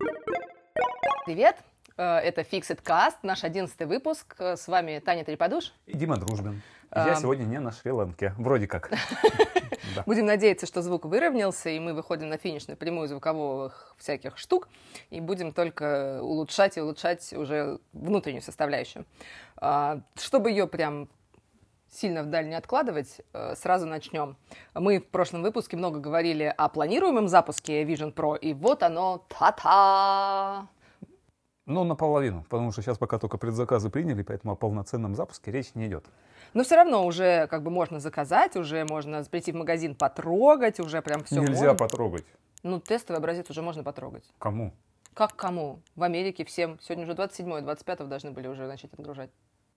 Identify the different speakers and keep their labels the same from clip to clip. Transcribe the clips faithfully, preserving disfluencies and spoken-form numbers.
Speaker 1: Привет, это Fixit Cast, наш одиннадцатый выпуск. С вами Таня Треподуш.
Speaker 2: И Дима Дружбин. И я сегодня не на Шри-Ланке, вроде как.
Speaker 1: Будем надеяться, что звук выровнялся, и мы выходим на финишную прямую звуковых всяких штук, и будем только улучшать и улучшать уже внутреннюю составляющую. Чтобы ее прям сильно вдаль не откладывать, сразу начнем. Мы в прошлом выпуске много говорили о планируемом запуске Vision Pro, и вот оно, та-та!
Speaker 2: Ну, наполовину, потому что сейчас пока только предзаказы приняли, поэтому о полноценном запуске речь не идет.
Speaker 1: Но все равно уже как бы можно заказать, уже можно прийти в магазин, потрогать, уже прям все
Speaker 2: Нельзя
Speaker 1: можно.
Speaker 2: потрогать.
Speaker 1: Ну, тестовый образец уже можно потрогать.
Speaker 2: Кому?
Speaker 1: Как кому? В Америке всем. Сегодня уже двадцать седьмое, двадцать пятое должны были уже начать отгружать.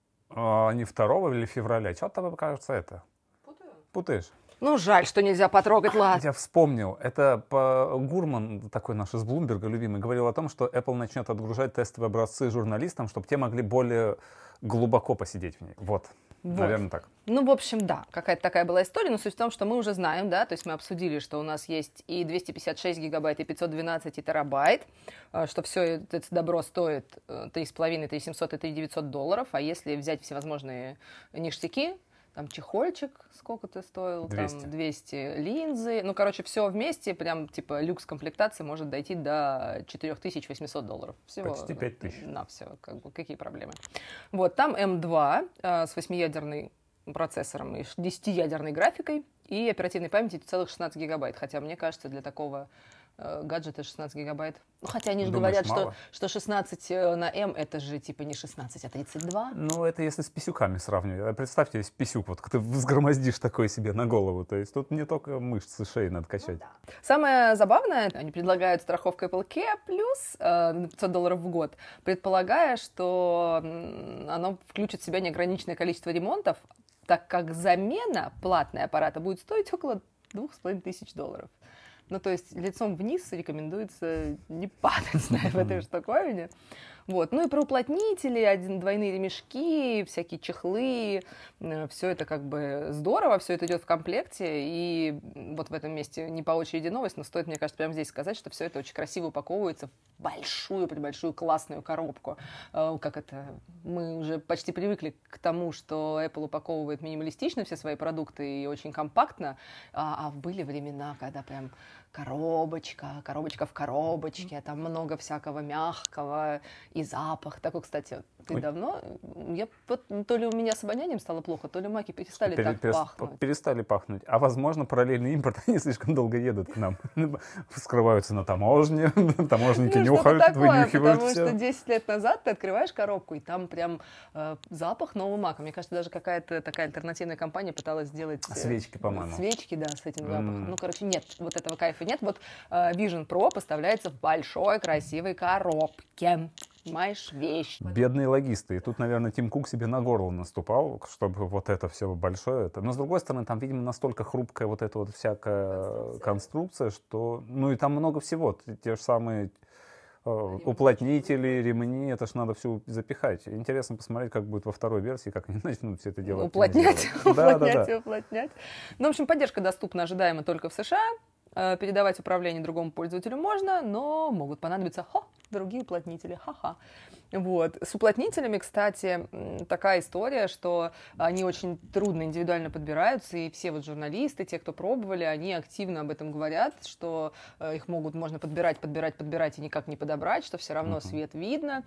Speaker 2: А, не второго или февраля? Что-то, мне кажется, это.
Speaker 1: Путаю.
Speaker 2: Путаешь.
Speaker 1: Ну, жаль, что нельзя потрогать, ладно.
Speaker 2: Я вспомнил, это по... Гурман, такой наш из Блумберга любимый, говорил о том, что Apple начнет отгружать тестовые образцы журналистам, чтобы те могли более глубоко посидеть в ней. Вот,
Speaker 1: Вот.
Speaker 2: Наверное, так.
Speaker 1: Ну, в общем, да, какая-то такая была история, но суть в том, что мы уже знаем, да, то есть мы обсудили, что у нас есть и двести пятьдесят шесть гигабайт, и пятьсот двенадцать, и терабайт, что все это добро стоит три с половиной, три семьсот и три девятьсот долларов, а если взять всевозможные ништяки, там чехольчик сколько-то стоил,
Speaker 2: двести.
Speaker 1: Там двести линзы. Ну, короче, все вместе, прям типа люкс-комплектация может дойти до четыре тысячи восемьсот долларов. Всего,
Speaker 2: Почти пять тысяч.
Speaker 1: На все, как бы, какие проблемы. Вот, там эм два э, с восьмиядерным процессором и десятиядерной графикой и оперативной памяти целых шестнадцать гигабайт. Хотя, мне кажется, для такого э, гаджета шестнадцать гигабайт. Ну, хотя они же
Speaker 2: Думаешь,
Speaker 1: говорят, что,
Speaker 2: мало?
Speaker 1: что шестнадцать на М это же типа не шестнадцать, а тридцать два.
Speaker 2: Ну, это если с писюками сравнивать. Представьте, есть писюк, вот ты взгромоздишь такой себе на голову. То есть тут не только мышцы шеи надо качать.
Speaker 1: Ну, да. Самое забавное, они предлагают страховку Apple Care Plus э, на пятьсот долларов в год, предполагая, что м, оно включит в себя неограниченное количество ремонтов, так как замена платной аппарата будет стоить около двух с половиной тысяч долларов. Ну, то есть лицом вниз рекомендуется не падать в этой штуковине. Вот. Ну и про уплотнители, один, двойные ремешки, всякие чехлы, все это как бы здорово, все это идет в комплекте, и вот в этом месте не по очереди новость, но стоит, мне кажется, прямо здесь сказать, что все это очень красиво упаковывается в большую-пребольшую классную коробку. Как это, мы уже почти привыкли к тому, что Apple упаковывает минималистично все свои продукты и очень компактно, а, а были времена, когда прям коробочка, коробочка в коробочке, там много всякого мягкого, и запах. Такой, кстати, ты Ой. давно... Я, вот, то ли у меня с обонянием стало плохо, то ли маки перестали Пере, так
Speaker 2: перес,
Speaker 1: пахнуть.
Speaker 2: Перестали пахнуть. А, возможно, параллельный импорт, они слишком долго едут к нам. Скрываются на таможне, таможники
Speaker 1: ну,
Speaker 2: нюхают,
Speaker 1: такое,
Speaker 2: вынюхивают
Speaker 1: потому
Speaker 2: все.
Speaker 1: что десять лет назад ты открываешь коробку, и там прям э, запах нового мака. Мне кажется, даже какая-то такая альтернативная компания пыталась сделать... Э,
Speaker 2: свечки, по-моему.
Speaker 1: Свечки, да, с этим запахом.
Speaker 2: Mm.
Speaker 1: Ну, короче, нет, вот этого кайфа нет. Вот э, Vision Pro поставляется в большой красивой коробке. Понимаешь, вещь.
Speaker 2: Бедные логисты. И тут, наверное, Тим Кук себе на горло наступал, чтобы вот это все большое. Это. Но, с другой стороны, там, видимо, настолько хрупкая вот эта вот всякая конструкция, конструкция что... Ну, и там много всего. Те же самые э, уплотнители, ремни, это ж надо все запихать. Интересно посмотреть, как будет во второй версии, как они начнут все это делать.
Speaker 1: Уплотнять,
Speaker 2: да,
Speaker 1: уплотнять
Speaker 2: да, да.
Speaker 1: и уплотнять. Ну, в общем, поддержка доступна ожидаемо только в США. Передавать управление другому пользователю можно, но могут понадобиться хо, другие уплотнители. Ха-ха. Вот. С уплотнителями, кстати, такая история, что они очень трудно индивидуально подбираются, и все вот журналисты, те, кто пробовали, они активно об этом говорят, что их могут, можно подбирать, подбирать, подбирать и никак не подобрать, что все равно uh-huh. свет видно,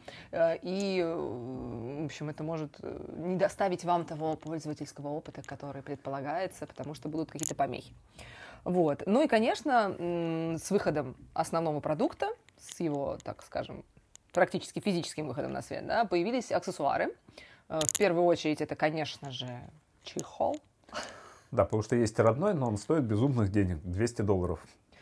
Speaker 1: и, в общем, это может не доставить вам того пользовательского опыта, который предполагается, потому что будут какие-то помехи. Вот. Ну и, конечно, с выходом основного продукта, с его, так скажем, практически физическим выходом на свет, да, появились аксессуары. В первую очередь это, конечно же, чехол.
Speaker 2: Да, потому что есть родной, но он стоит безумных денег, двести долларов.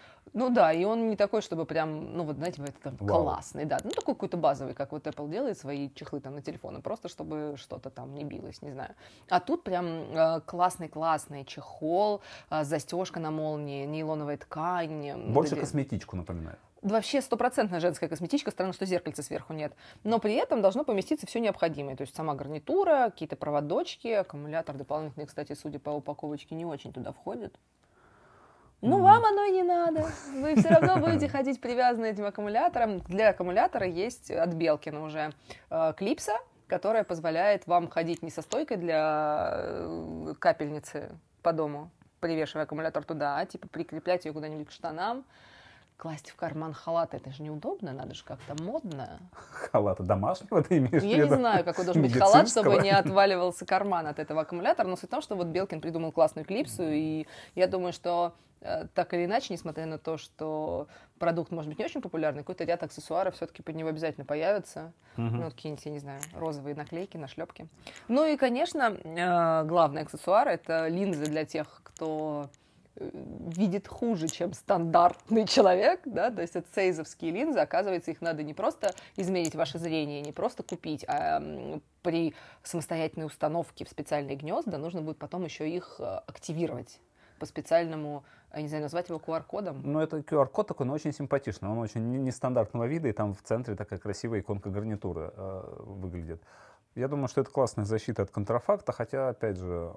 Speaker 1: Ну да, и он не такой, чтобы прям, ну вот, знаете, это там классный, да, ну такой какой-то базовый, как вот Apple делает свои чехлы там на телефоны, просто чтобы что-то там не билось, не знаю. А тут прям э, классный-классный чехол, э, застежка на молнии, нейлоновая ткань.
Speaker 2: Больше
Speaker 1: вот
Speaker 2: косметичку напоминает.
Speaker 1: Вообще стопроцентная женская косметичка, странно, что зеркальца сверху нет. Но при этом должно поместиться все необходимое. То есть сама гарнитура, какие-то проводочки, аккумулятор дополнительный, кстати, судя по упаковочке, не очень туда входит. Ну, mm. вам оно и не надо. Вы все равно будете ходить привязанные этим аккумулятором. Для аккумулятора есть от Белкина уже э, клипса, которая позволяет вам ходить не со стойкой для э, капельницы по дому, привешивая аккумулятор туда, а типа прикреплять ее куда-нибудь к штанам, класть в карман халата. Это же неудобно, надо же как-то модно.
Speaker 2: Халата домашнего ты имеешь в виду?
Speaker 1: Я не знаю, какой должен быть халат, чтобы не отваливался карман от этого аккумулятора, но суть в том, что вот Белкин придумал классную клипсу, и я думаю, что э, так или иначе, несмотря на то, что продукт может быть не очень популярный, какой-то ряд аксессуаров все-таки под него обязательно появится. Uh-huh. Ну, вот какие-нибудь, я не знаю, розовые наклейки, нашлепки. Ну и, конечно, э, главный аксессуар — это линзы для тех, кто видит хуже, чем стандартный человек, да, то есть это сейзовские линзы, оказывается, их надо не просто изменить ваше зрение, не просто купить, а при самостоятельной установке в специальные гнезда нужно будет потом еще их активировать по специальному, я не знаю, назвать его ку ар кодом.
Speaker 2: Ну, это ку ар код такой, но очень симпатичный, он очень нестандартного вида, и там в центре такая красивая иконка гарнитуры э, выглядит. Я думаю, что это классная защита от контрафакта, хотя, опять же,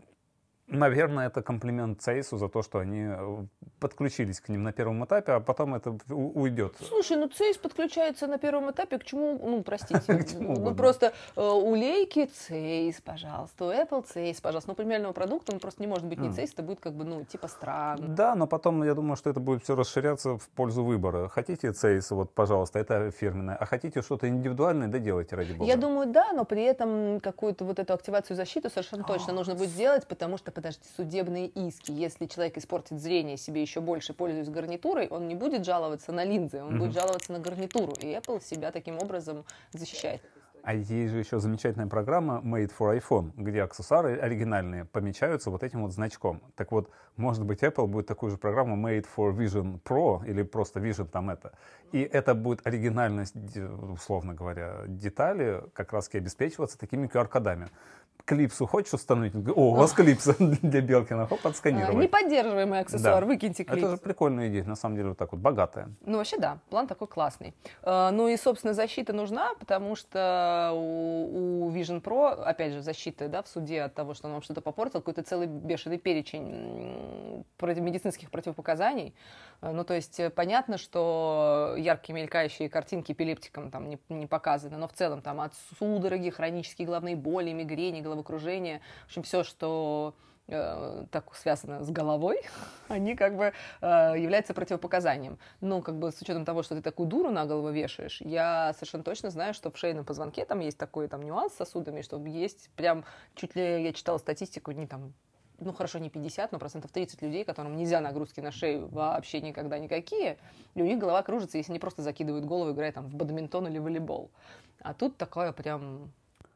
Speaker 2: наверное, это комплимент Цейсу за то, что они подключились к ним на первом этапе, а потом это уйдет.
Speaker 1: Слушай, ну Цейс подключается на первом этапе к чему? Ну, простите. Ну, просто у Лейки Цейс, пожалуйста, у Apple Цейс, пожалуйста. Ну, примерного продукта, он просто не может быть не Цейс, это будет как бы, ну, типа странно.
Speaker 2: Да, но потом, я думаю, что это будет все расширяться в пользу выбора. Хотите Цейс, вот, пожалуйста, это фирменное, а хотите что-то индивидуальное, да делайте, ради бога.
Speaker 1: Я думаю, да, но при этом какую-то вот эту активацию защиты совершенно точно нужно будет сделать, потому что подождите, судебные иски. Если человек испортит зрение себе еще больше, пользуясь гарнитурой, он не будет жаловаться на линзы, он mm-hmm. будет жаловаться на гарнитуру. И Apple себя таким образом защищает.
Speaker 2: А есть же еще замечательная программа Made for iPhone, где аксессуары оригинальные помечаются вот этим вот значком. Так вот, может быть, Apple будет такую же программу Made for Vision Pro или просто Vision там это. И это будет оригинальность, условно говоря, детали как раз-таки обеспечиваться такими ку ар кодами. Клипсу хочешь установить? О, у вас клипса для Белкина, хоп, отсканировать.
Speaker 1: Неподдерживаемый аксессуар, да. Выкиньте клипс.
Speaker 2: Это же прикольная идея, на самом деле, вот так вот, богатая.
Speaker 1: Ну, вообще, да, план такой классный. Ну и, собственно, защита нужна, потому что у, у Vision Pro, опять же, защита, да, в суде от того, что он вам что-то попортил, какой-то целый бешеный перечень против медицинских противопоказаний. Ну, то есть, понятно, что яркие мелькающие картинки эпилептикам там не, не показаны, но в целом там от судороги, хронические головные боли, мигрени, головокружение, в общем, все, что э, так связано с головой, они как бы э, являются противопоказанием. Ну, как бы с учетом того, что ты такую дуру на голову вешаешь, я совершенно точно знаю, что в шейном позвонке там есть такой там нюанс с сосудами, что есть прям, чуть ли я читала статистику, не там, ну, хорошо, не пятьдесят, но процентов тридцать людей, которым нельзя нагрузки на шею вообще никогда никакие, и у них голова кружится, если они просто закидывают голову, играя там в бадминтон или волейбол. А тут такое прям...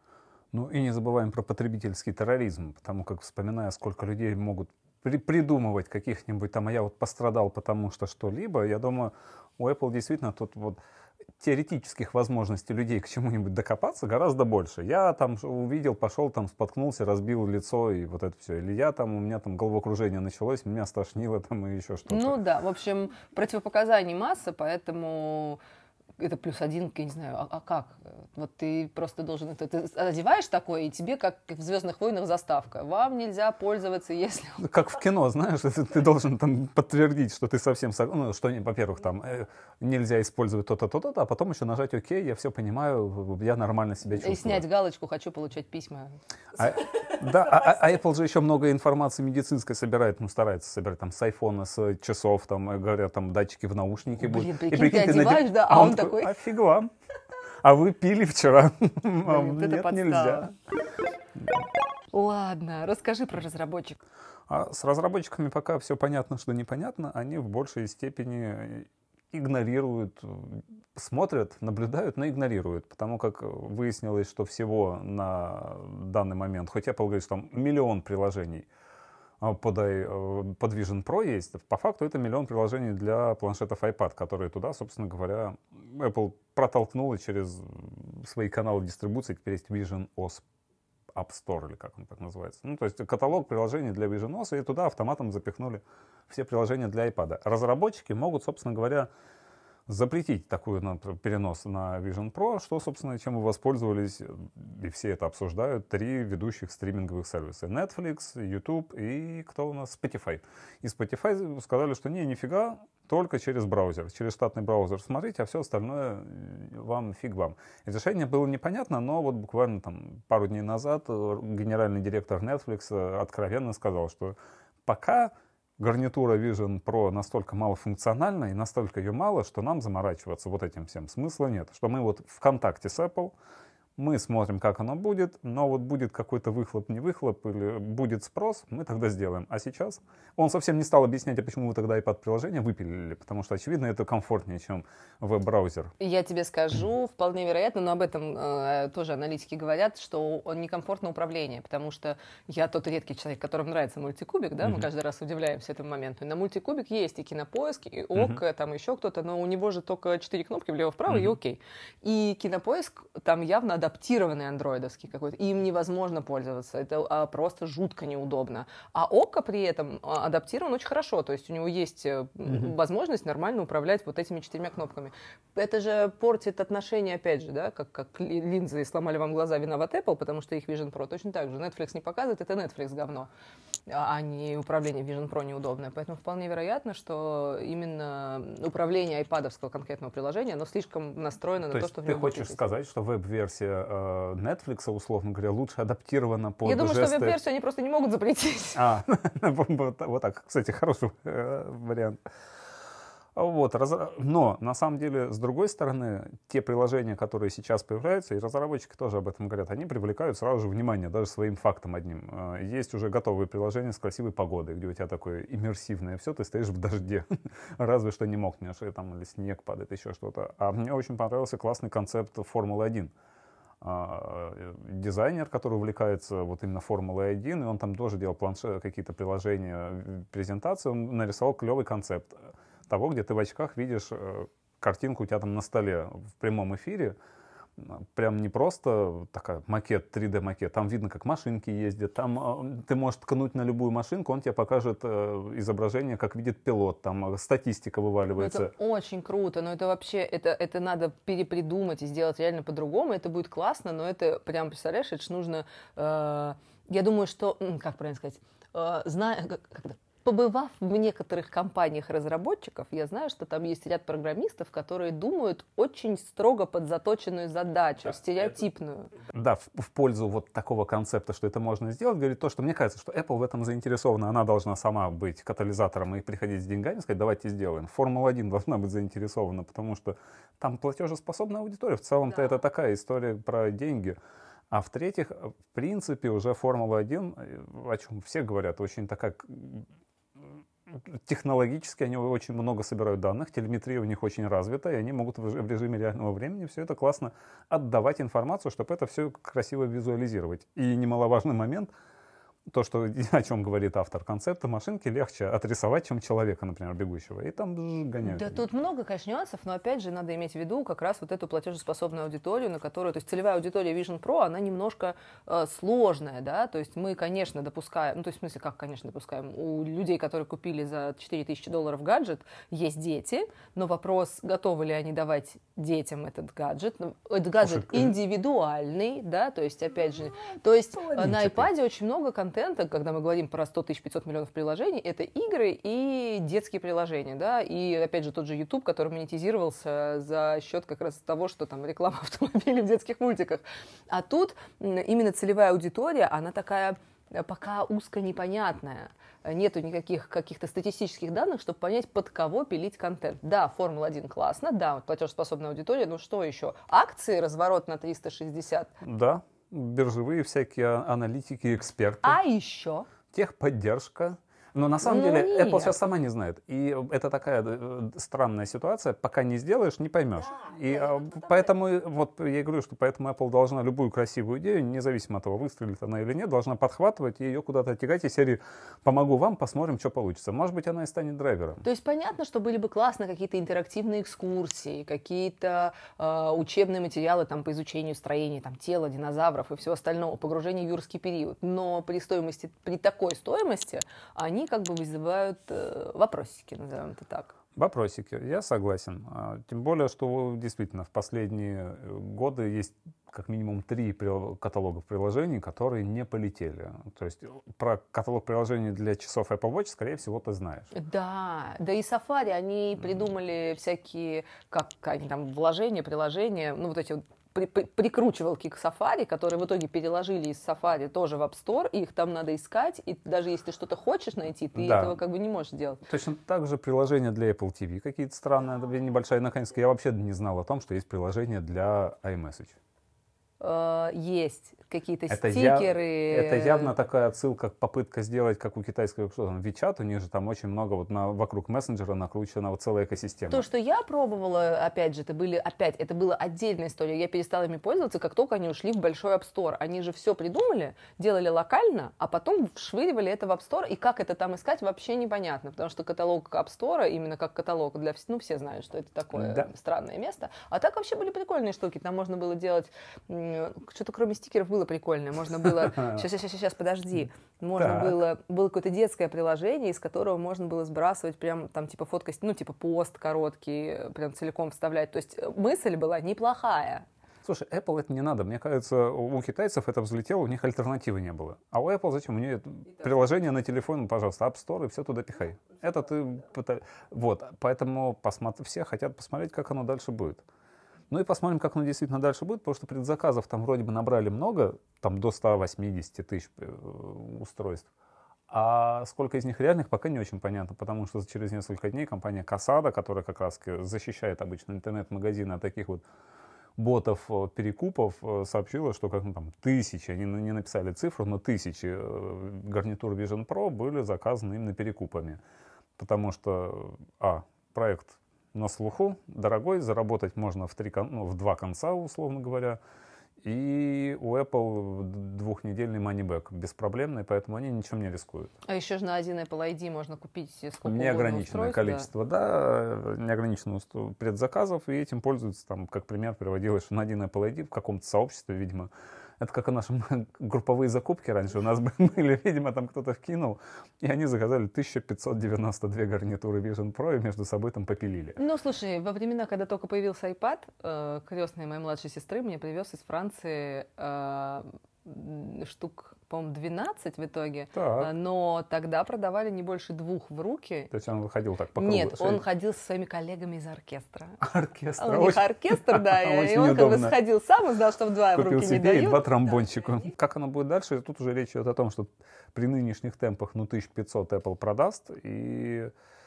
Speaker 2: Ну и не забываем про потребительский терроризм, потому как, вспоминая, сколько людей могут при- придумывать каких-нибудь там, а я вот пострадал потому что что-либо, я думаю, у Apple действительно тут вот теоретических возможностей людей к чему-нибудь докопаться гораздо больше. Я там увидел, пошел, там споткнулся, разбил лицо и вот это все. Или я там, у меня там головокружение началось, меня стошнило там и еще что-то.
Speaker 1: Ну да, в общем, противопоказаний масса, поэтому... Это плюс один, я не знаю, а, а как? Вот ты просто должен это... Ты одеваешь такое, и тебе, как в «Звездных войнах», заставка. Вам нельзя пользоваться, если...
Speaker 2: Как в кино, знаешь, ты, ты должен там подтвердить, что ты совсем... Ну, что, во-первых, там э, нельзя использовать то-то, то-то, а потом еще нажать «Ок», я все понимаю, я нормально себя чувствую.
Speaker 1: И снять галочку «Хочу получать письма».
Speaker 2: А, да, а, а Apple же еще много информации медицинской собирает, ну, старается собирать там с айфона, с часов, там, говорят, там, датчики в наушнике будут.
Speaker 1: Блин, прикинь, и прикинь, ты одеваешь, надев... да, а, а он, он такой...
Speaker 2: А фиг вам. А вы пили вчера?
Speaker 1: Блин,
Speaker 2: Нет,
Speaker 1: это
Speaker 2: нельзя.
Speaker 1: Ладно, расскажи про разработчиков.
Speaker 2: А с разработчиками пока все понятно, что непонятно. Они в большей степени игнорируют, смотрят, наблюдают, но игнорируют. Потому как выяснилось, что всего на данный момент, хоть Apple говорит, что там миллион приложений под, под Vision Pro есть, по факту это миллион приложений для планшетов iPad, которые туда, собственно говоря, Apple протолкнула через свои каналы дистрибуции. Теперь есть Vision о эс App Store, или как он так называется. Ну, то есть каталог приложений для Vision о эс, и туда автоматом запихнули все приложения для iPad. Разработчики могут, собственно говоря, запретить такой перенос на Vision Pro, что, собственно, чем мы воспользовались, и все это обсуждают, три ведущих стриминговых сервиса. Netflix, YouTube и кто у нас? Spotify. И Spotify сказали, что не, нифига, только через браузер, через штатный браузер смотрите, а все остальное вам фиг вам. И решение было непонятно, но вот буквально там пару дней назад генеральный директор Netflix откровенно сказал, что пока гарнитура Vision Pro настолько малофункциональна и настолько ее мало, что нам заморачиваться вот этим всем смысла нет. Что мы вот в контакте с Apple, мы смотрим, как оно будет, но вот будет какой-то выхлоп, не выхлоп, или будет спрос, мы тогда сделаем. А сейчас он совсем не стал объяснять, а почему вы тогда iPad-приложение выпилили, потому что, очевидно, это комфортнее, чем веб-браузер.
Speaker 1: Я тебе скажу, вполне вероятно, но об этом э, тоже аналитики говорят, что он некомфортно управление, потому что я тот редкий человек, которому нравится мультикубик, да, mm-hmm. мы каждый раз удивляемся этому моменту. И на мультикубик есть и Кинопоиск, и ОК, mm-hmm. там еще кто-то, но у него же только четыре кнопки влево-вправо, mm-hmm. и окей. И Кинопоиск там явно адаптированный андроидовский какой-то, им невозможно пользоваться, это а, просто жутко неудобно. А ОК при этом адаптирован очень хорошо, то есть у него есть mm-hmm. возможность нормально управлять вот этими четырьмя кнопками. Это же портит отношения, опять же, да, как, как линзы сломали вам глаза, виноват Apple, потому что их Vision Pro точно так же. Netflix не показывает, это Netflix говно, а не управление Vision Pro неудобное. Поэтому вполне вероятно, что именно управление айпадовского конкретного приложения, оно слишком настроено
Speaker 2: то
Speaker 1: на то, что в
Speaker 2: ты
Speaker 1: нем
Speaker 2: хочешь сказать, что веб-версия э, Netflix, условно говоря, лучше адаптирована под
Speaker 1: Я думаю,
Speaker 2: жесты...
Speaker 1: что веб-версию они просто не могут запретить.
Speaker 2: А, вот так, кстати, хороший вариант. Вот, раз... Но, на самом деле, с другой стороны, те приложения, которые сейчас появляются, и разработчики тоже об этом говорят, они привлекают сразу же внимание, даже своим фактом одним. Есть уже готовые приложения с красивой погодой, где у тебя такое иммерсивное все, ты стоишь в дожде, разве что не мокнешь, и там или снег падает, еще что-то. А мне очень понравился классный концепт Формулы один. Дизайнер, который увлекается вот именно Формулой один, и он там тоже делал планшет, какие-то приложения, презентации, он нарисовал клевый концепт того, где ты в очках видишь э, картинку у тебя там на столе в прямом эфире. Прям не просто такая макет, три дэ макет, там видно, как машинки ездят, там э, ты можешь ткнуть на любую машинку, он тебе покажет э, изображение, как видит пилот, там статистика вываливается.
Speaker 1: Это очень круто, но это вообще, это, это надо перепридумать и сделать реально по-другому, это будет классно, но это прям, представляешь, это же нужно, э, я думаю, что, как правильно сказать, э, зная, как, как побывав в некоторых компаниях разработчиков, я знаю, что там есть ряд программистов, которые думают очень строго под заточенную задачу, да, стереотипную.
Speaker 2: Это, да, в, в пользу вот такого концепта, что это можно сделать, говорит то, что мне кажется, что Apple в этом заинтересована, она должна сама быть катализатором и приходить с деньгами, сказать, давайте сделаем. Формула один должна быть заинтересована, потому что там платежеспособная аудитория. В целом-то да. Это такая история про деньги. А в-третьих, в принципе, уже Формула один, о чем все говорят, очень такая... Технологически они очень много собирают данных, телеметрия у них очень развита, и они могут в режиме реального времени все это классно отдавать информацию, чтобы это все красиво визуализировать. И немаловажный момент, то, что, о чем говорит автор концепта, машинки легче отрисовать, чем человека, например, бегущего. И там гоняют.
Speaker 1: Да тут много, конечно, нюансов, но опять же надо иметь в виду как раз вот эту платежеспособную аудиторию, на которую, то есть целевая аудитория Vision Pro, она немножко э, сложная, да, то есть мы, конечно, допускаем, ну то есть в смысле, как, конечно, допускаем, у людей, которые купили за четыре тысячи долларов гаджет, есть дети, но вопрос, готовы ли они давать детям этот гаджет. Этот гаджет Слушай, индивидуальный, да, то есть, опять же, то есть на iPad очень много контента, когда мы говорим про сто тысяч пятьсот миллионов приложений, это игры и детские приложения, да, и, опять же, тот же YouTube, который монетизировался за счет как раз того, что там реклама автомобилей в детских мультиках. А тут именно целевая аудитория, она такая пока узко непонятная. Нету никаких каких-то статистических данных, чтобы понять, под кого пилить контент. Да, Формула один классно, да, платежеспособная аудитория, ну что еще? Акции, разворот на триста шестьдесят.
Speaker 2: Да. Биржевые всякие аналитики, эксперты.
Speaker 1: А еще?
Speaker 2: Техподдержка. Но на самом
Speaker 1: ну,
Speaker 2: деле
Speaker 1: нет.
Speaker 2: Apple сейчас сама не знает. И это такая странная ситуация. Пока не сделаешь, не поймешь. Да, и да, поэтому, вот я и говорю, что поэтому Apple должна любую красивую идею, независимо от того, выстрелит она или нет, должна подхватывать и ее куда-то тягать из серии «помогу вам, посмотрим, что получится». Может быть, она и станет драйвером.
Speaker 1: То есть понятно, что были бы классно какие-то интерактивные экскурсии, какие-то э, учебные материалы там, по изучению строения там, тела, динозавров и всего остального, погружение в юрский период. Но при стоимости, при такой стоимости они как бы вызывают э, вопросики, назовем это так.
Speaker 2: Вопросики, я согласен. А, Тем более, что действительно в последние э, годы есть как минимум три прил- каталогов приложений, которые не полетели. То есть э, про каталог приложений для часов Apple Watch, скорее всего, ты знаешь.
Speaker 1: Да, да и Safari, они придумали всякие, как они там, вложения, приложения, ну вот эти вот при- при- прикручивалки к Safari, которые в итоге переложили из Safari тоже в App Store, и их там надо искать, и даже если ты что-то хочешь найти, ты
Speaker 2: Да.
Speaker 1: этого как бы не можешь делать.
Speaker 2: Точно так же приложения для Apple ти ви какие-то странные, это небольшая. Наконец-то я вообще не знал о том, что есть приложение для iMessage.
Speaker 1: Э, Есть какие-то
Speaker 2: Это, я-
Speaker 1: стикеры.
Speaker 2: это явно такая отсылка, попытка сделать, как у китайского, что там, WeChat, у них же там очень много вот на, вокруг мессенджера накручена вот целая экосистема.
Speaker 1: То, что я пробовала, опять же, это были, опять, это была отдельная история. Я перестала ими пользоваться, как только они ушли в большой App Store. Они же все придумали, делали локально, а потом вшвыривали это в App Store, и как это там искать, вообще непонятно, потому что каталог App Store, именно как каталог для всех, ну, все знают, что это такое
Speaker 2: Да.
Speaker 1: странное место. А так вообще были прикольные штуки. Там можно было делать, м, что-то кроме стикеров было прикольное. Можно было, сейчас, сейчас, сейчас, подожди, можно
Speaker 2: Так.
Speaker 1: было, было какое-то детское приложение, из которого можно было сбрасывать прям там типа фотка, ну типа пост короткий, прям целиком вставлять. То есть мысль была неплохая.
Speaker 2: Слушай, Apple это не надо. Мне кажется, у китайцев это взлетело, у них альтернативы не было. А у Apple зачем? У нее приложение на телефон, ну, пожалуйста, App Store, и все туда пихай. Это ты... пыта- Вот, поэтому посмотри, все хотят посмотреть, как оно дальше будет. Ну и посмотрим, как оно действительно дальше будет, потому что предзаказов там вроде бы набрали много, там до ста восьмидесяти тысяч э, устройств. А сколько из них реальных, пока не очень понятно, потому что через несколько дней компания Касада, которая как раз защищает обычно интернет-магазины от таких вот ботов э, перекупов, э, сообщила, что как ну, там тысячи, они не написали цифру, но тысячи э, гарнитур Vision Pro были заказаны именно перекупами. Потому что, а, проект на слуху, дорогой, заработать можно в, три, кон- ну, в два конца, условно говоря. И у Apple двухнедельный money-back беспроблемный, поэтому они ничем не рискуют.
Speaker 1: А еще же на один Apple ай ди можно купить сколько угодно
Speaker 2: Неограниченное
Speaker 1: устройств,
Speaker 2: количество, да, неограниченное усто- предзаказов, и этим пользуются, там, как пример приводилось, что на один Apple ай ди в каком-то сообществе, видимо, это как и наши групповые закупки раньше у нас были, видимо, там кто-то вкинул, и они заказали тысяча пятьсот девяносто две гарнитуры Vision Pro и между собой там попилили.
Speaker 1: Ну, слушай, во времена, когда только появился iPad, э, крестная моей младшей сестры мне привез из Франции э, м, штук, по-моему, двенадцать в итоге,
Speaker 2: Так.
Speaker 1: Э, но тогда продавали не больше двух в руки.
Speaker 2: То есть он выходил так по кругу?
Speaker 1: Нет, он
Speaker 2: шесть-
Speaker 1: ходил со своими коллегами из оркестра.
Speaker 2: Оркестр.
Speaker 1: А у них
Speaker 2: Очень-
Speaker 1: оркестр, да, и
Speaker 2: очень
Speaker 1: он как бы
Speaker 2: удобно.
Speaker 1: сходил сам и знал, что в два в
Speaker 2: Купил
Speaker 1: руки не
Speaker 2: себе и
Speaker 1: дают.
Speaker 2: два тромбончика. Как оно будет дальше? Тут уже речь идет о том, что при нынешних темпах, ну, тысяча пятьсот Apple продаст, и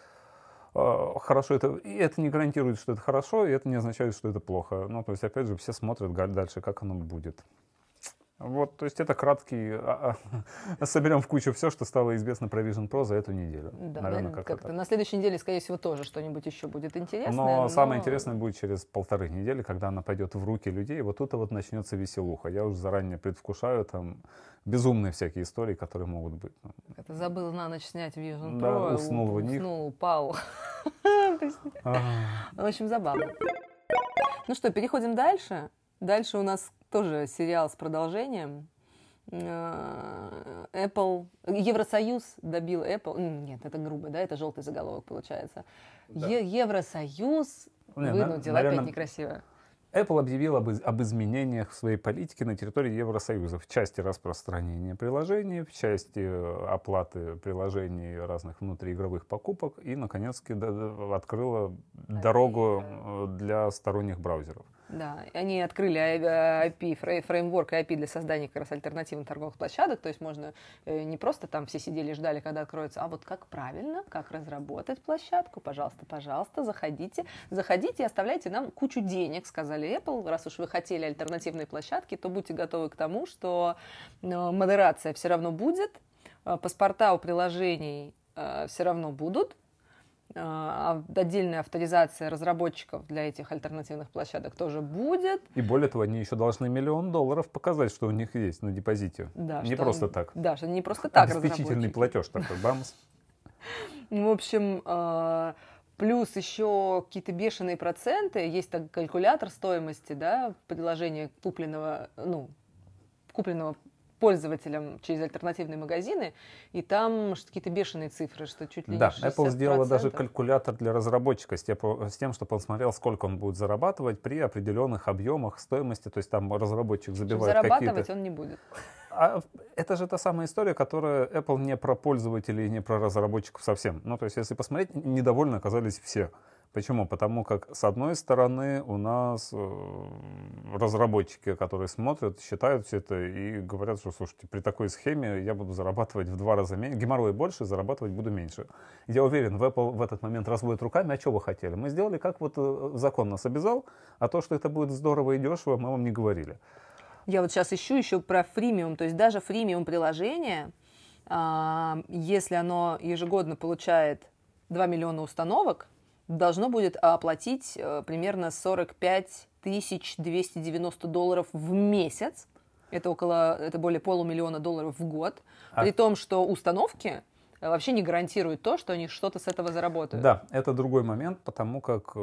Speaker 2: э, хорошо это, и это не гарантирует, что это хорошо, и это не означает, что это плохо. Ну, то есть, опять же, все смотрят га- дальше, как оно будет. Вот, то есть это краткий, а, а, соберем в кучу все, что стало известно про Vision Pro за эту неделю.
Speaker 1: Да,
Speaker 2: Наверное,
Speaker 1: на-
Speaker 2: как-то
Speaker 1: как-то
Speaker 2: так.
Speaker 1: на следующей неделе, скорее всего, тоже что-нибудь еще будет интересное.
Speaker 2: Но самое интересное будет через полторы недели, когда она пойдет в руки людей. Вот тут вот начнется веселуха. Я уже заранее предвкушаю там безумные всякие истории, которые могут быть.
Speaker 1: Это забыл на ночь снять Vision
Speaker 2: Да,
Speaker 1: Pro,
Speaker 2: уснул в них.
Speaker 1: уснул, упал.
Speaker 2: А,
Speaker 1: В общем, забавно. Ну что, переходим дальше. Дальше у нас тоже сериал с продолжением. Э, Apple, Евросоюз добил Apple. М, Нет, это грубо, да, это желтый заголовок получается.
Speaker 2: Да.
Speaker 1: Е- Евросоюз
Speaker 2: Не,
Speaker 1: вынудил,
Speaker 2: наверное,
Speaker 1: опять некрасиво.
Speaker 2: Apple объявил об, из- об изменениях в своей политике на территории Евросоюза в части распространения приложений, в части э, оплаты приложений разных внутриигровых покупок и, наконец-таки, д- д- открыла дорогу э, для сторонних браузеров.
Speaker 1: Да, они открыли ай пи, фрей- фреймворк ай пи для создания как раз альтернативных торговых площадок, то есть можно э, не просто там все сидели и ждали, когда откроется, а вот как правильно, как разработать площадку, пожалуйста, пожалуйста, заходите, заходите и оставляйте нам кучу денег, сказали Apple, раз уж вы хотели альтернативные площадки, то будьте готовы к тому, что э, модерация все равно будет, э, паспорта у приложений э, все равно будут, а отдельная авторизация разработчиков для этих альтернативных площадок тоже будет.
Speaker 2: И более того, они еще должны миллион долларов показать, что у них есть на депозите.
Speaker 1: Да,
Speaker 2: Не
Speaker 1: что
Speaker 2: просто
Speaker 1: они-
Speaker 2: так.
Speaker 1: Да, что они не просто так
Speaker 2: Обеспечительный
Speaker 1: разработчики.
Speaker 2: платеж такой, бамс.
Speaker 1: В общем, э, плюс еще какие-то бешеные проценты. Есть так калькулятор стоимости, да, приложения купленного, ну, купленного пользователям через альтернативные магазины, и там какие-то бешеные цифры, что чуть ли
Speaker 2: да,
Speaker 1: не шестьдесят процентов.
Speaker 2: Apple сделала даже калькулятор для разработчика с тем, чтобы он смотрел, сколько он будет зарабатывать при определенных объемах стоимости, то есть там разработчик забивает какие-то...
Speaker 1: Зарабатывать он не будет.
Speaker 2: А это же та самая история, которая Apple не про пользователей, не про разработчиков совсем. Ну, то есть, если посмотреть, недовольны оказались все. Почему? Потому как, с одной стороны, у нас э, разработчики, которые смотрят, считают все это и говорят, что, слушайте, при такой схеме я буду зарабатывать в два раза меньше, геморрой больше, зарабатывать буду меньше. Я уверен, в Apple в этот момент разводит руками, а что вы хотели? Мы сделали, как вот э, закон нас обязал, а то, что это будет здорово и дешево, мы вам не говорили.
Speaker 1: Я вот сейчас ищу еще про фримиум, то есть даже фримиум приложение, э, если оно ежегодно получает два миллиона установок, должно будет оплатить э, примерно сорок пять тысяч двести девяносто долларов в месяц. Это около, это более полумиллиона долларов в год. А... При том, что установки вообще не гарантируют то, что они что-то с этого заработают.
Speaker 2: Да, это другой момент, потому как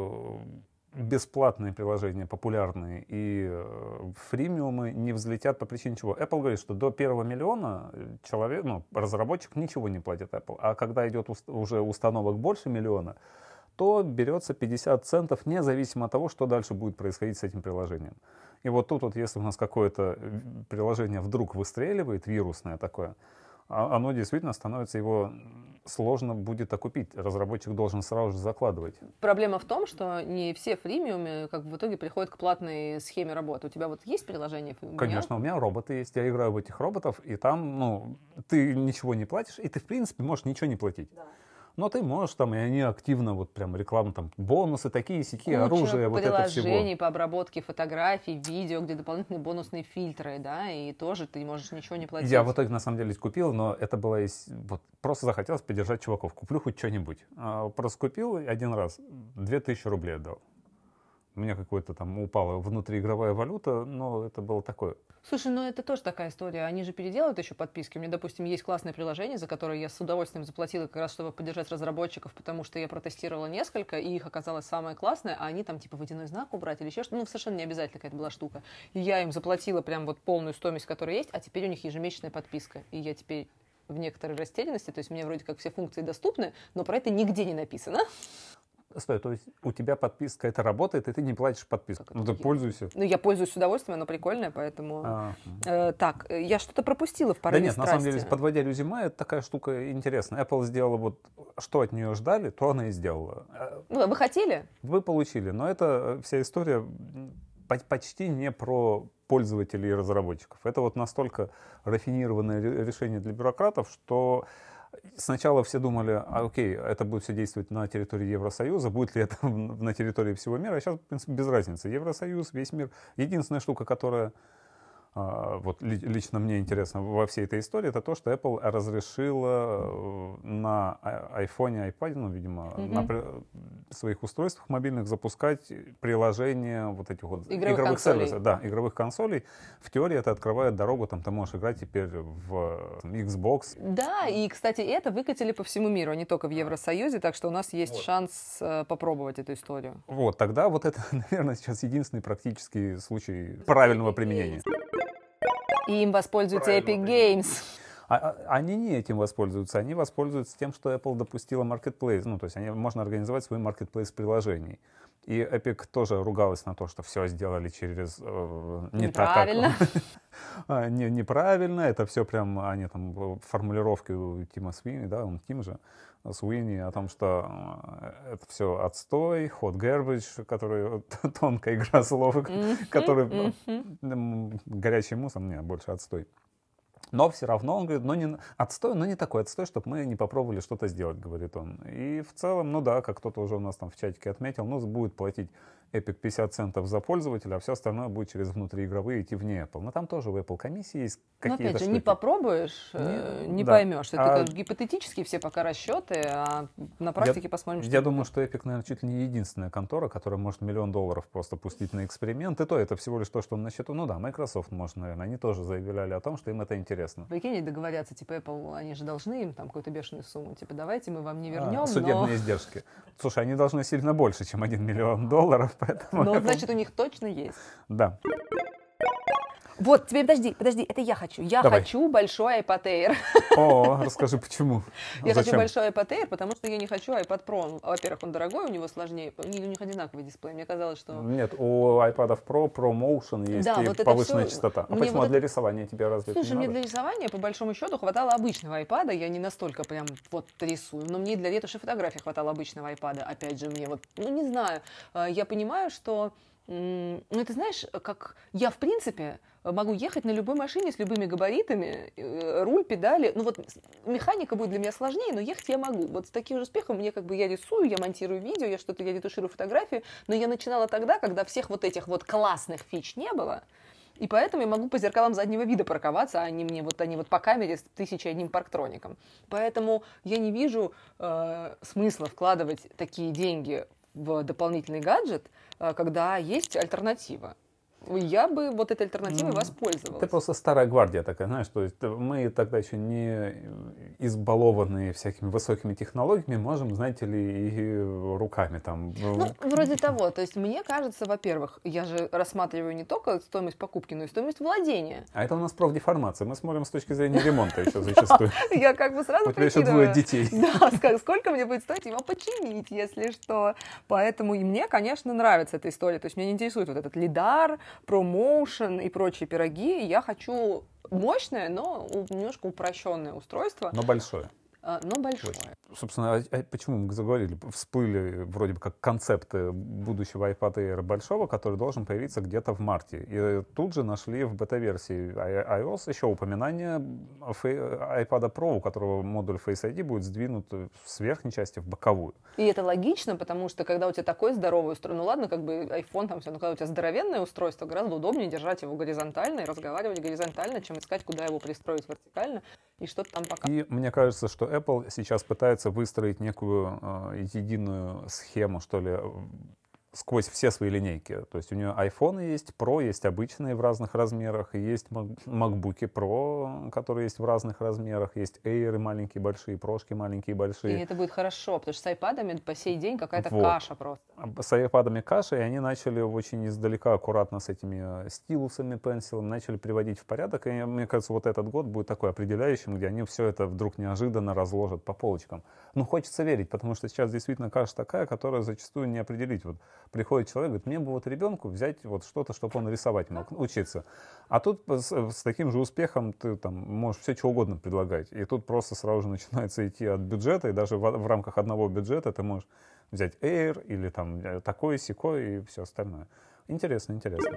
Speaker 2: бесплатные приложения, популярные, и фримиумы не взлетят по причине чего. Apple говорит, что до первого миллиона человек, ну, разработчик ничего не платит Apple. А когда идет уже установок больше миллиона, то берется пятьдесят центов, независимо от того, что дальше будет происходить с этим приложением. И вот тут вот, если у нас какое-то приложение вдруг выстреливает, вирусное такое, оно действительно становится, его сложно будет окупить. Разработчик должен сразу же закладывать.
Speaker 1: Проблема в том, что не все фримиумы как бы в итоге приходят к платной схеме работы. У тебя вот есть приложение?
Speaker 2: Конечно, у меня роботы есть. Я играю в этих роботов, и там, ну, ты ничего не платишь, и ты, в принципе, можешь ничего не платить. Да. Но ты можешь там, и они активно, вот прям реклама, там, бонусы такие, сякие, оружие, вот это всего.
Speaker 1: Приложений по обработке фотографий, видео, где дополнительные бонусные фильтры, да, и тоже ты можешь ничего не платить.
Speaker 2: Я в итоге, на самом деле, купил, но это было, из, вот, просто захотелось поддержать чуваков. Куплю хоть что-нибудь. А, просто купил один раз, две тысячи рублей отдал. У меня какой-то там упала внутриигровая валюта, но это было такое.
Speaker 1: Слушай, ну это тоже такая история. Они же переделают еще подписки. У меня, допустим, есть классное приложение, за которое я с удовольствием заплатила как раз, чтобы поддержать разработчиков, потому что я протестировала несколько, и их оказалось самое классное, а они там типа водяной знак убрать или еще что-то. Ну, совершенно не обязательно какая-то была штука. И я им заплатила прям вот полную стоимость, которая есть, а теперь у них ежемесячная подписка. И я теперь в некоторой растерянности, то есть мне вроде как все функции доступны, но про это нигде не написано.
Speaker 2: Стой, то есть у тебя подписка это работает, и ты не платишь подписку. Ну ты пользуйся.
Speaker 1: Ну я пользуюсь с удовольствием, оно прикольное, поэтому... А, э, так, я что-то пропустила в порыве
Speaker 2: Да нет,
Speaker 1: страсти.
Speaker 2: на самом деле, подводя резюме, это такая штука интересная. Apple сделала вот, что от нее ждали, то она и сделала.
Speaker 1: Ну, вы хотели?
Speaker 2: Вы получили, но это вся история почти не про пользователей и разработчиков. Это вот настолько рафинированное решение для бюрократов, что... Сначала все думали, а, окей, это будет все действовать на территории Евросоюза, будет ли это на территории всего мира, а сейчас, в принципе, без разницы. Евросоюз, весь мир. Единственная штука, которая а, вот, ли, лично мне интересна во всей этой истории, это то, что Apple разрешила на iPhone, iPad, ну, видимо, mm-hmm. на при, своих устройствах мобильных запускать приложения вот этих вот
Speaker 1: игровых,
Speaker 2: игровых сервисов, да, игровых консолей. В теории это открывает дорогу, там ты можешь играть теперь в Xbox.
Speaker 1: Да, и, кстати, это выкатили по всему миру, а не только в Евросоюзе, так что у нас есть вот. шанс э, попробовать эту историю.
Speaker 2: Вот, тогда вот это, наверное, сейчас единственный практический случай правильного применения.
Speaker 1: И им воспользуются Epic Games.
Speaker 2: А, они не этим воспользуются, они воспользуются тем, что Apple допустила Marketplace. Ну, то есть они, можно организовать свой Marketplace приложений. И Epic тоже ругалась на то, что все сделали через... Э, не
Speaker 1: неправильно.
Speaker 2: Так, не, неправильно, это все прям, они там, формулировки у Тима Свини, да, он Тим же, Суини, о том, что это все отстой, hot garbage, который тонкая игра слов, mm-hmm, который mm-hmm. горячий мусор, не, больше отстой. Но все равно, он говорит, но не отстой, но не такой отстой, чтобы мы не попробовали что-то сделать, говорит он. И в целом, ну да, как кто-то уже у нас там в чатике отметил, ну будет платить Epic пятьдесят центов за пользователя, а все остальное будет через внутриигровые идти вне Apple. Но там тоже в Apple комиссии есть какие-то
Speaker 1: Но опять же,
Speaker 2: штуки.
Speaker 1: Не попробуешь, не, не да. поймешь. Это а... гипотетически все пока расчеты, а на практике
Speaker 2: я,
Speaker 1: посмотрим, что
Speaker 2: Я
Speaker 1: будет.
Speaker 2: думаю, что Epic, наверное, чуть ли не единственная контора, которая может миллион долларов просто пустить на эксперимент. И то это всего лишь то, что он на счету. Ну да, Microsoft, может, наверное, они тоже заявляли о том, что им это интересно.
Speaker 1: Прикинь, договорятся, типа Apple, они же должны им там какую-то бешеную сумму. Типа, давайте мы вам не вернем,
Speaker 2: а, судебные
Speaker 1: но...
Speaker 2: издержки. Слушай, они должны сильно больше, чем один миллион долларов, поэтому...
Speaker 1: Ну, значит, у них точно есть.
Speaker 2: Да.
Speaker 1: Вот, теперь подожди, подожди, это я хочу. Я
Speaker 2: Давай.
Speaker 1: хочу большой iPad Air.
Speaker 2: О, расскажи, почему?
Speaker 1: Я
Speaker 2: Зачем?
Speaker 1: хочу большой iPad Air, потому что я не хочу iPad Pro. Во-первых, он дорогой, у него сложнее, у них одинаковый дисплей. Мне казалось, что...
Speaker 2: Нет, у iPad Pro Pro Motion есть
Speaker 1: Да,
Speaker 2: и
Speaker 1: вот это
Speaker 2: повышенная
Speaker 1: всё-
Speaker 2: частота. А
Speaker 1: мне
Speaker 2: почему?
Speaker 1: вот
Speaker 2: А для
Speaker 1: это-
Speaker 2: рисования тебе разве это
Speaker 1: Слушай,
Speaker 2: не
Speaker 1: мне
Speaker 2: надо?
Speaker 1: для рисования, по большому счету, хватало обычного iPad, я не настолько прям вот рисую, но мне и для ретуши фотографий хватало обычного iPad. Опять же, мне вот, ну не знаю, э, я понимаю, что, м, ну это знаешь, как я в принципе могу ехать на любой машине с любыми габаритами, э, руль, педали, ну вот с- механика будет для меня сложнее, но ехать я могу. Вот с таким же успехом мне как бы я рисую, я монтирую видео, я что-то, я ретуширую фотографии, но я начинала тогда, когда всех вот этих вот классных фич не было. И поэтому я могу по зеркалам заднего вида парковаться, а они мне вот они вот по камере с тысячей одним парктроником. Поэтому я не вижу э, смысла вкладывать такие деньги в дополнительный гаджет, э, когда есть альтернатива. Я бы вот этой альтернативой
Speaker 2: Ну,
Speaker 1: воспользовалась.
Speaker 2: Ты просто старая гвардия такая, знаешь, то есть мы тогда еще не избалованные всякими высокими технологиями, можем, знаете ли, и руками там.
Speaker 1: Ну, вроде того. То есть мне кажется, во-первых, я же рассматриваю не только стоимость покупки, но и стоимость владения.
Speaker 2: А это у нас профдеформация. Мы смотрим с точки зрения ремонта еще зачастую.
Speaker 1: Я как бы сразу
Speaker 2: У тебя еще
Speaker 1: прикидываю.
Speaker 2: двое детей.
Speaker 1: Да, ска- сколько мне будет стоить его починить, если что. Поэтому и мне, конечно, нравится эта история. То есть меня не интересует вот этот лидар, промоушен и прочие пироги. Я хочу мощное, но у- немножко упрощенное устройство,
Speaker 2: Но большое.
Speaker 1: а, но большое.
Speaker 2: Собственно, а- а почему мы заговорили? Всплыли вроде бы как концепты будущего iPad Air большого, который должен появиться где-то в марте. И тут же нашли в бета-версии i- iOS еще упоминание фе- iPad Pro, у которого модуль Face ай ди будет сдвинут с верхней части в боковую.
Speaker 1: И это логично, потому что когда у тебя такое здоровое устройство, ну ладно, как бы iPhone там все, но когда у тебя здоровенное устройство, гораздо удобнее держать его горизонтально и разговаривать горизонтально, чем искать, куда его пристроить вертикально и что-то там пока.
Speaker 2: И мне кажется, что Apple сейчас пытается выстроить некую э, единую схему, что ли, э, сквозь все свои линейки. То есть у нее iPhone есть, Pro есть обычные в разных размерах, и есть Mac- MacBook Pro, которые есть в разных размерах, есть Air маленькие, большие, прошки маленькие,
Speaker 1: И
Speaker 2: большие.
Speaker 1: это будет хорошо, потому что с iPad'ами по сей день какая-то
Speaker 2: Вот.
Speaker 1: каша просто.
Speaker 2: С iPad'ами каша, и они начали очень издалека, аккуратно с этими э, стилусами, пенсилами, начали приводить в порядок. И мне кажется, вот этот год будет такой определяющим, где они все это вдруг неожиданно разложат по полочкам. Ну, хочется верить, потому что сейчас действительно каша такая, которая зачастую не определить. Вот приходит человек, говорит, мне бы вот ребенку взять вот что-то, чтобы он рисовать мог, учиться. А тут с, с таким же успехом ты там можешь все что угодно предлагать. И тут просто сразу же начинается идти от бюджета, и даже в, в рамках одного бюджета ты можешь взять Air или там такой, сякой и все остальное. Интересно, интересно.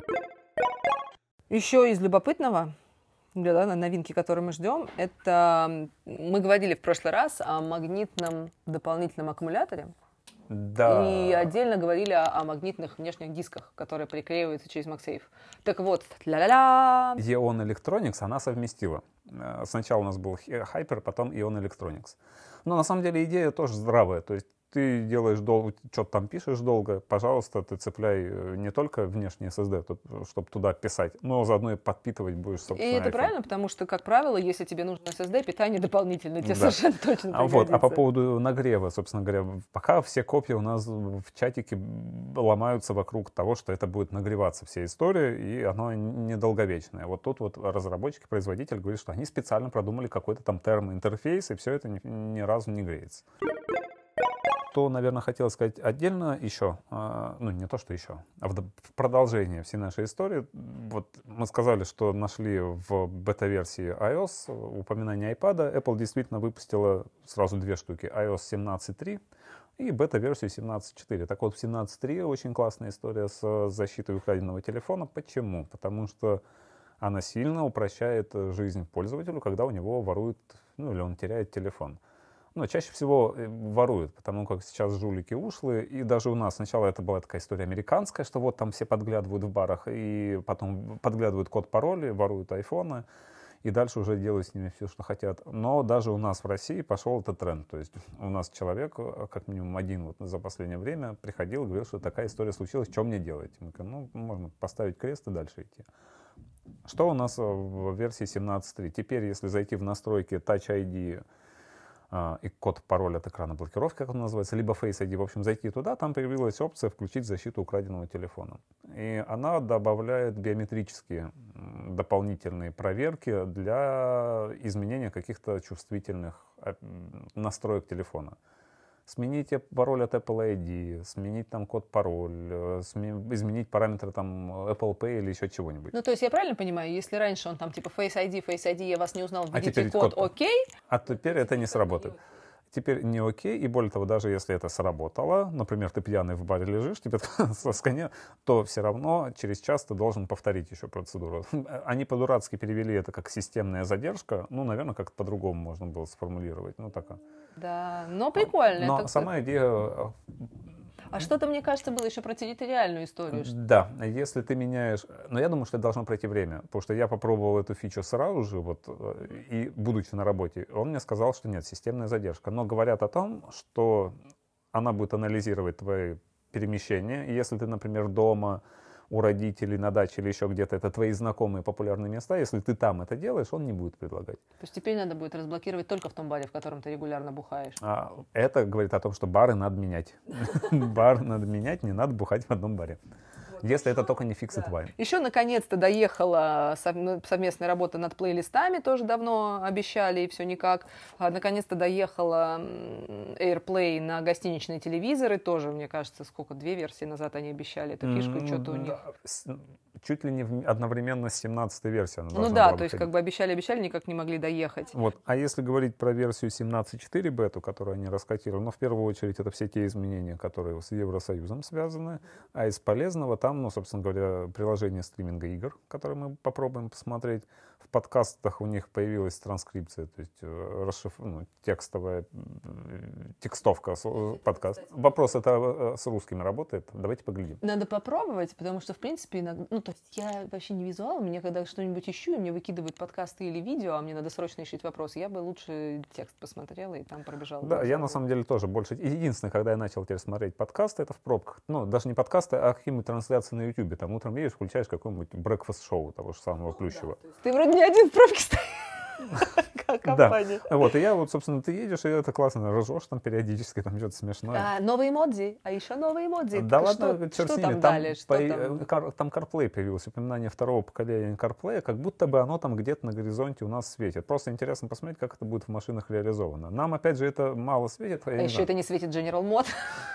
Speaker 1: Еще из любопытного, да, новинки, которые мы ждем, это мы говорили в прошлый раз о магнитном дополнительном аккумуляторе.
Speaker 2: Да.
Speaker 1: И отдельно говорили о, о магнитных внешних дисках, которые приклеиваются через MagSafe. Так вот, ля-ля-ля!
Speaker 2: Eon Electronics она совместила. Э, Сначала у нас был Hyper, потом Eon Electronics. Но на самом деле идея тоже здравая. То есть ты делаешь долго, что-то там пишешь долго, пожалуйста, ты цепляй э, не только внешний эс эс ди, чтобы туда писать, но заодно и подпитывать будешь, собственно,
Speaker 1: И это
Speaker 2: iPhone.
Speaker 1: правильно, потому что, как правило, если тебе нужно эс эс ди, питание дополнительное тебе
Speaker 2: Да.
Speaker 1: совершенно точно
Speaker 2: А, вот, а по
Speaker 1: пригодится.
Speaker 2: поводу нагрева, собственно говоря, пока все копии у нас в чатике ломаются вокруг того, что это будет нагреваться вся история, и оно недолговечное. Вот тут вот разработчики, производитель говорит, что они специально продумали какой-то там термоинтерфейс, и все это ни, ни разу не греется. Что, наверное, хотел сказать отдельно еще, а, ну не то, что еще, а в, д- в продолжение всей нашей истории. Вот мы сказали, что нашли в бета-версии iOS упоминание iPad. Apple действительно выпустила сразу две штуки, iOS семнадцать точка три и бета-версию семнадцать точка четыре. Так вот, в семнадцать точка три очень классная история с защитой украденного телефона. Почему? Потому что она сильно упрощает жизнь пользователю, когда у него воруют, ну или он теряет телефон. Но чаще всего э, воруют, потому как сейчас жулики ушлые, и даже у нас сначала это была такая история американская, что вот там все подглядывают в барах, и потом подглядывают код-пароли, воруют айфоны, и дальше уже делают с ними все, что хотят. Но даже у нас в России пошел этот тренд, то есть у нас человек, как минимум один вот за последнее время, приходил и говорил, что такая история случилась, что мне делать? Мы говорим, ну, можно поставить крест и дальше идти. Что у нас в версии семнадцать точка три? Теперь, если зайти в настройки Touch ай ди, и код пароль от экрана блокировки, как он называется, либо Face ай ди, в общем, зайти туда, там появилась опция включить защиту украденного телефона. И она добавляет биометрические дополнительные проверки для изменения каких-то чувствительных настроек телефона. Сменить пароль от Apple ай ди, сменить там код-пароль, изменить параметры там Apple Pay или еще чего-нибудь.
Speaker 1: Ну, то есть я правильно понимаю, если раньше он там типа Face ай ди, Face ай ди, я вас не узнал, введите
Speaker 2: а
Speaker 1: код, код окей.
Speaker 2: А теперь это не сработает. Теперь не окей, и более того, даже если это сработало, например, ты пьяный в баре лежишь, тебе сканер, то все равно через час ты должен повторить еще процедуру. Они по-дурацки перевели это как системная задержка, ну, наверное, как-то по-другому можно было сформулировать, ну, такая.
Speaker 1: Да, но прикольно.
Speaker 2: Но
Speaker 1: это
Speaker 2: сама идея...
Speaker 1: А что-то, мне кажется, было еще про территориальную историю.
Speaker 2: Да, если ты меняешь... Но я думаю, что это должно пройти время, потому что я попробовал эту фичу сразу же, вот, и будучи на работе, он мне сказал, что нет, системная задержка. Но говорят о том, что она будет анализировать твои перемещения. И если ты, например, дома, у родителей, на даче или еще где-то, это твои знакомые популярные места, если ты там это делаешь, он не будет предлагать.
Speaker 1: То есть теперь надо будет разблокировать только в том баре, в котором ты регулярно бухаешь.
Speaker 2: А это говорит о том, что бары надо менять. Бар надо менять, не надо бухать в одном баре. Если это только не Fixed Wine.
Speaker 1: Еще наконец-то доехала совместная работа над плейлистами, тоже давно обещали, и все никак. Наконец-то доехала AirPlay на гостиничные телевизоры, тоже, мне кажется, сколько, две версии назад они обещали эту фишку, и что-то у них...
Speaker 2: Чуть ли не одновременно с семнадцатой версией.
Speaker 1: Ну да, то есть как бы обещали-обещали, никак не могли доехать.
Speaker 2: Вот. А если говорить про версию семнадцать точка четыре бету, которую они раскатировали, ну, в первую очередь, это все те изменения, которые с Евросоюзом связаны, а из полезного там, ну, собственно говоря, приложение стриминга игр, которое мы попробуем посмотреть. В подкастах у них появилась транскрипция, то есть расшиф... ну, текстовая, текстовка подкаст. Вопрос, это с русскими работает? Давайте поглядим.
Speaker 1: Надо попробовать, потому что, в принципе, иногда... ну, то есть я вообще не визуал, мне когда что-нибудь ищу, и мне выкидывают подкасты или видео, а мне надо срочно решить вопрос, я бы лучше текст посмотрела и там пробежала.
Speaker 2: Да, я на самом деле тоже больше... Единственное, когда я начал теперь смотреть подкасты, это в пробках. Ну, даже не подкасты, а какие-нибудь трансляции на YouTube. Там утром едешь, включаешь какое-нибудь брекфаст-шоу того же самого Плющева.
Speaker 1: Да, ты вроде не один в пробке стоишь.
Speaker 2: Да, вот, и я вот, собственно, ты едешь, и это классно, ржешь там периодически, там что-то смешное.
Speaker 1: А, новые эмодзи, а еще новые эмодзи.
Speaker 2: Да ладно, черт
Speaker 1: что
Speaker 2: с ними,
Speaker 1: там
Speaker 2: там,
Speaker 1: дали? Что
Speaker 2: по,
Speaker 1: там?
Speaker 2: Кар, там CarPlay появилось, упоминание второго поколения CarPlay, как будто бы оно там где-то на горизонте у нас светит. Просто интересно посмотреть, как это будет в машинах реализовано. Нам, опять же, это мало светит.
Speaker 1: А еще знаю. Это не светит General Mode.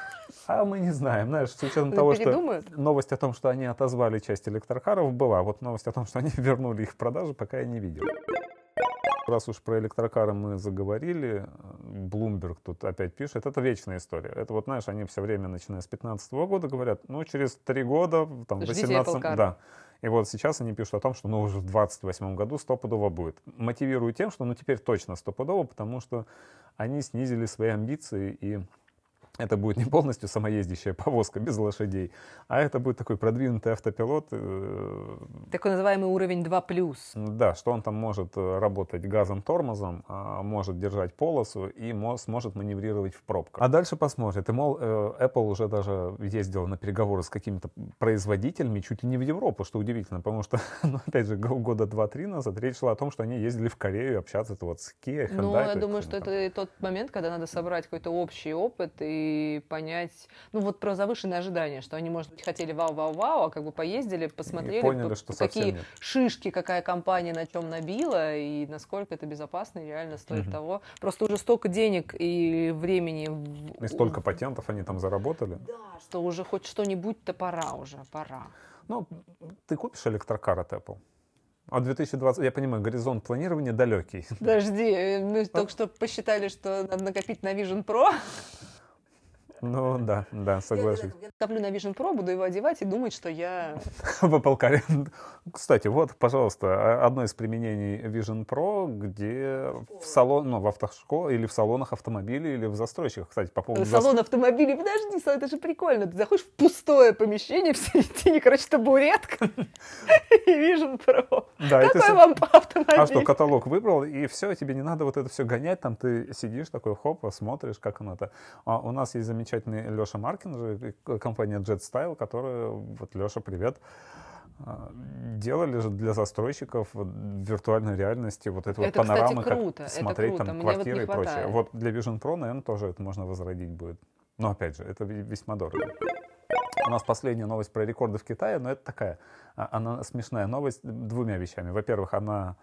Speaker 2: А мы не знаем, знаешь, с учетом того, что новость о том, что они отозвали часть электрокаров, была. Вот новость о том, что они вернули их в продажу, пока я не видел. Раз уж про электрокары мы заговорили, Bloomberg тут опять пишет, это вечная история. Это вот, знаешь, они все время, начиная с пятнадцатого года, говорят, ну, через три года, там, в восемнадцатом... Да. И вот сейчас они пишут о том, что, ну, уже в двадцать восьмом году стопудово будет. Мотивируют тем, что, ну, теперь точно стопудово, потому что они снизили свои амбиции, и это будет не полностью самоездящая повозка без лошадей, а это будет такой продвинутый автопилот.
Speaker 1: Такой называемый уровень два плюс.
Speaker 2: Да, что он там может работать газом-тормозом, может держать полосу и сможет маневрировать в пробках. А дальше посмотрит. И, мол, Apple уже даже ездил на переговоры с какими-то производителями чуть ли не в Европу, что удивительно, потому что, ну, опять же, года два-три назад речь шла о том, что они ездили в Корею общаться вот с Kia, Hyundai.
Speaker 1: Ну, я думаю, что это тот момент, когда надо собрать какой-то общий опыт и и понять, ну вот про завышенные ожидания, что они, может быть, хотели вау-вау-вау, а как бы поездили, посмотрели,
Speaker 2: и поняли, что
Speaker 1: какие шишки, какая компания на чем набила, и насколько это безопасно и реально стоит угу. того. Просто уже столько денег и времени...
Speaker 2: И столько патентов они там заработали.
Speaker 1: Да, что уже хоть что-нибудь-то пора уже, пора.
Speaker 2: Ну, ты купишь электрокар от Apple? А две тысячи двадцать, я понимаю, горизонт планирования далекий.
Speaker 1: Подожди, мы только что посчитали, что надо накопить на Vision Pro.
Speaker 2: Ну да, да, соглашусь.
Speaker 1: Я коплю на Vision Pro, буду его одевать и думать, что я...
Speaker 2: В Apple Car. Кстати, вот, пожалуйста, одно из применений Vision Pro, где в салон, ну, в автошколе или в салонах автомобилей, или в застройщиках. Кстати, по поводу...
Speaker 1: Салон зас... автомобилей, подожди, это же прикольно. Ты заходишь в пустое помещение, в середине, короче, табуретка и Vision Pro.
Speaker 2: Да,
Speaker 1: какой ты... вам автомобиль?
Speaker 2: А что, каталог выбрал, и все, тебе не надо вот это все гонять, там ты сидишь такой, хоп, смотришь, как оно-то. А у нас есть замечательный Леша Маркин же, компания Jet Style, которая, вот, Леша, привет, делали же для застройщиков в виртуальной реальности вот эту
Speaker 1: это,
Speaker 2: вот панораму,
Speaker 1: кстати, круто,
Speaker 2: как смотреть
Speaker 1: круто.
Speaker 2: там
Speaker 1: Мне
Speaker 2: квартиры
Speaker 1: вот
Speaker 2: и прочее. Вот для Vision Pro, наверное, тоже это можно возродить будет. Но опять же, это весьма дорого. У нас последняя новость про рекорды в Китае, но это такая, она смешная новость двумя вещами. Во-первых, она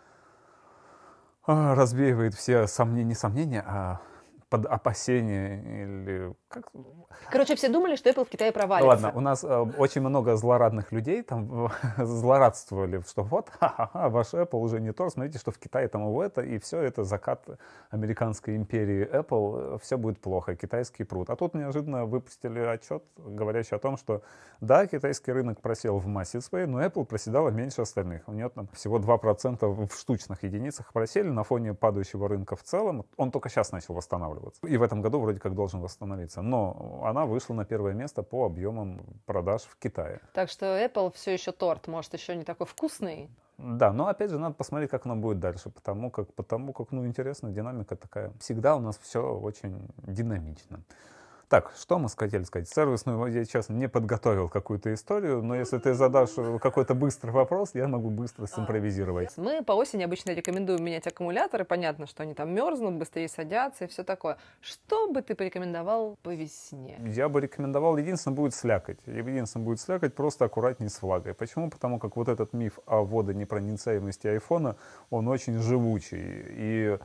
Speaker 2: развеивает все сомнения, не сомнения, а под опасения или как...
Speaker 1: Короче, все думали, что Apple в Китае провалится.
Speaker 2: Ну, ладно, у нас э, очень много злорадных людей там злорадствовали, что вот, ха-ха-ха, ваш Apple уже не то, смотрите, что в Китае там его это, и все это закат американской империи Apple, все будет плохо, китайский пруд. А тут неожиданно выпустили отчет, говорящий о том, что да, китайский рынок просел в массе своей, но Apple проседала меньше остальных. У нее там всего два процента в штучных единицах просели на фоне падающего рынка в целом. Он только сейчас начал восстанавливаться. И в этом году вроде как должен восстановиться. Но она вышла на первое место по объемам продаж в Китае.
Speaker 1: Так что Apple все еще торт, может, еще не такой вкусный.
Speaker 2: Да, но опять же надо посмотреть, как оно будет дальше, потому как, потому как, ну, интересная динамика такая. Всегда у нас все очень динамично. Так, что мы хотели сказать? Сервисную, я честно не подготовил какую-то историю, но если ты задашь какой-то быстрый вопрос, я могу быстро симпровизировать.
Speaker 1: Мы по осени обычно рекомендуем менять аккумуляторы. Понятно, что они там мерзнут, быстрее садятся и все такое. Что бы ты порекомендовал по весне?
Speaker 2: Я бы рекомендовал, единственное, будет слякоть. Единственное, будет слякоть, просто аккуратнее с влагой. Почему? Потому как вот этот миф о водонепроницаемости айфона, он очень живучий. И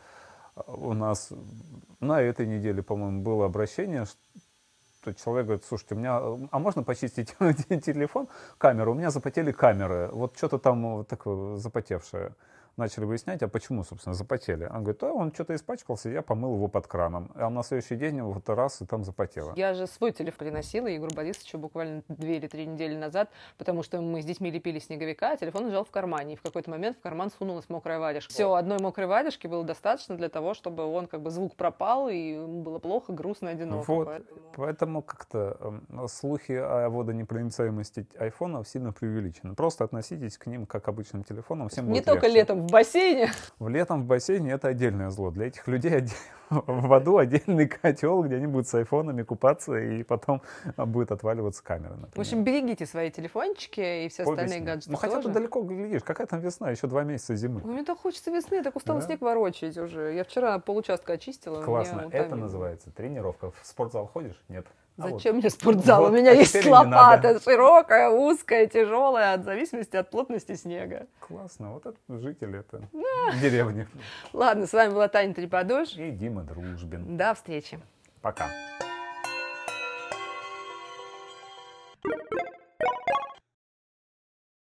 Speaker 2: у нас на этой неделе, по-моему, было обращение, что человек говорит: слушайте, у меня, а можно почистить телефон, камеру? У меня запотели камеры, вот что-то там вот такое запотевшее. Начали выяснять, а почему, собственно, запотели. Он говорит: а он что-то испачкался, я помыл его под краном. А на следующий день вот раз, и там запотело.
Speaker 1: Я же свой телефон приносила Егору Борисовичу буквально две или три недели назад, потому что мы с детьми лепили снеговика, а телефон лежал в кармане. И в какой-то момент в карман сунулась мокрая варежка. Все, одной мокрой варежки было достаточно для того, чтобы он, как бы, звук пропал, и ему было плохо, грустно, одиноко.
Speaker 2: Вот,
Speaker 1: поэтому...
Speaker 2: поэтому как-то э, слухи о водонепроницаемости айфонов сильно преувеличены. Просто относитесь к ним как к обычным телефонам, всем будет
Speaker 1: Не только
Speaker 2: легче.
Speaker 1: летом в бассейне.
Speaker 2: В летом в бассейне это отдельное зло. Для этих людей отдель... в аду отдельный котел, где они будут с айфонами купаться, и потом будет отваливаться камера, например.
Speaker 1: В общем, берегите свои телефончики и все
Speaker 2: По
Speaker 1: остальные
Speaker 2: весне.
Speaker 1: гаджеты
Speaker 2: Ну, хотя
Speaker 1: тоже.
Speaker 2: ты далеко глядишь. Какая там весна? Еще два месяца зимы.
Speaker 1: Ой, мне так хочется весны, я так устала
Speaker 2: Да?
Speaker 1: снег ворочать уже. Я вчера получастка очистила.
Speaker 2: Классно.
Speaker 1: Мне
Speaker 2: Это
Speaker 1: утомило.
Speaker 2: называется тренировка. В спортзал ходишь? Нет. А
Speaker 1: Зачем
Speaker 2: вот.
Speaker 1: мне спортзал?
Speaker 2: Вот,
Speaker 1: У меня
Speaker 2: а
Speaker 1: есть
Speaker 2: теперь и не
Speaker 1: лопата,
Speaker 2: надо.
Speaker 1: широкая, узкая, тяжелая, от зависимости от плотности снега.
Speaker 2: Классно. Вот это жители это деревни.
Speaker 1: Ладно, с вами была Таня Треподуш.
Speaker 2: И Дима Дружбин.
Speaker 1: До встречи.
Speaker 2: Пока.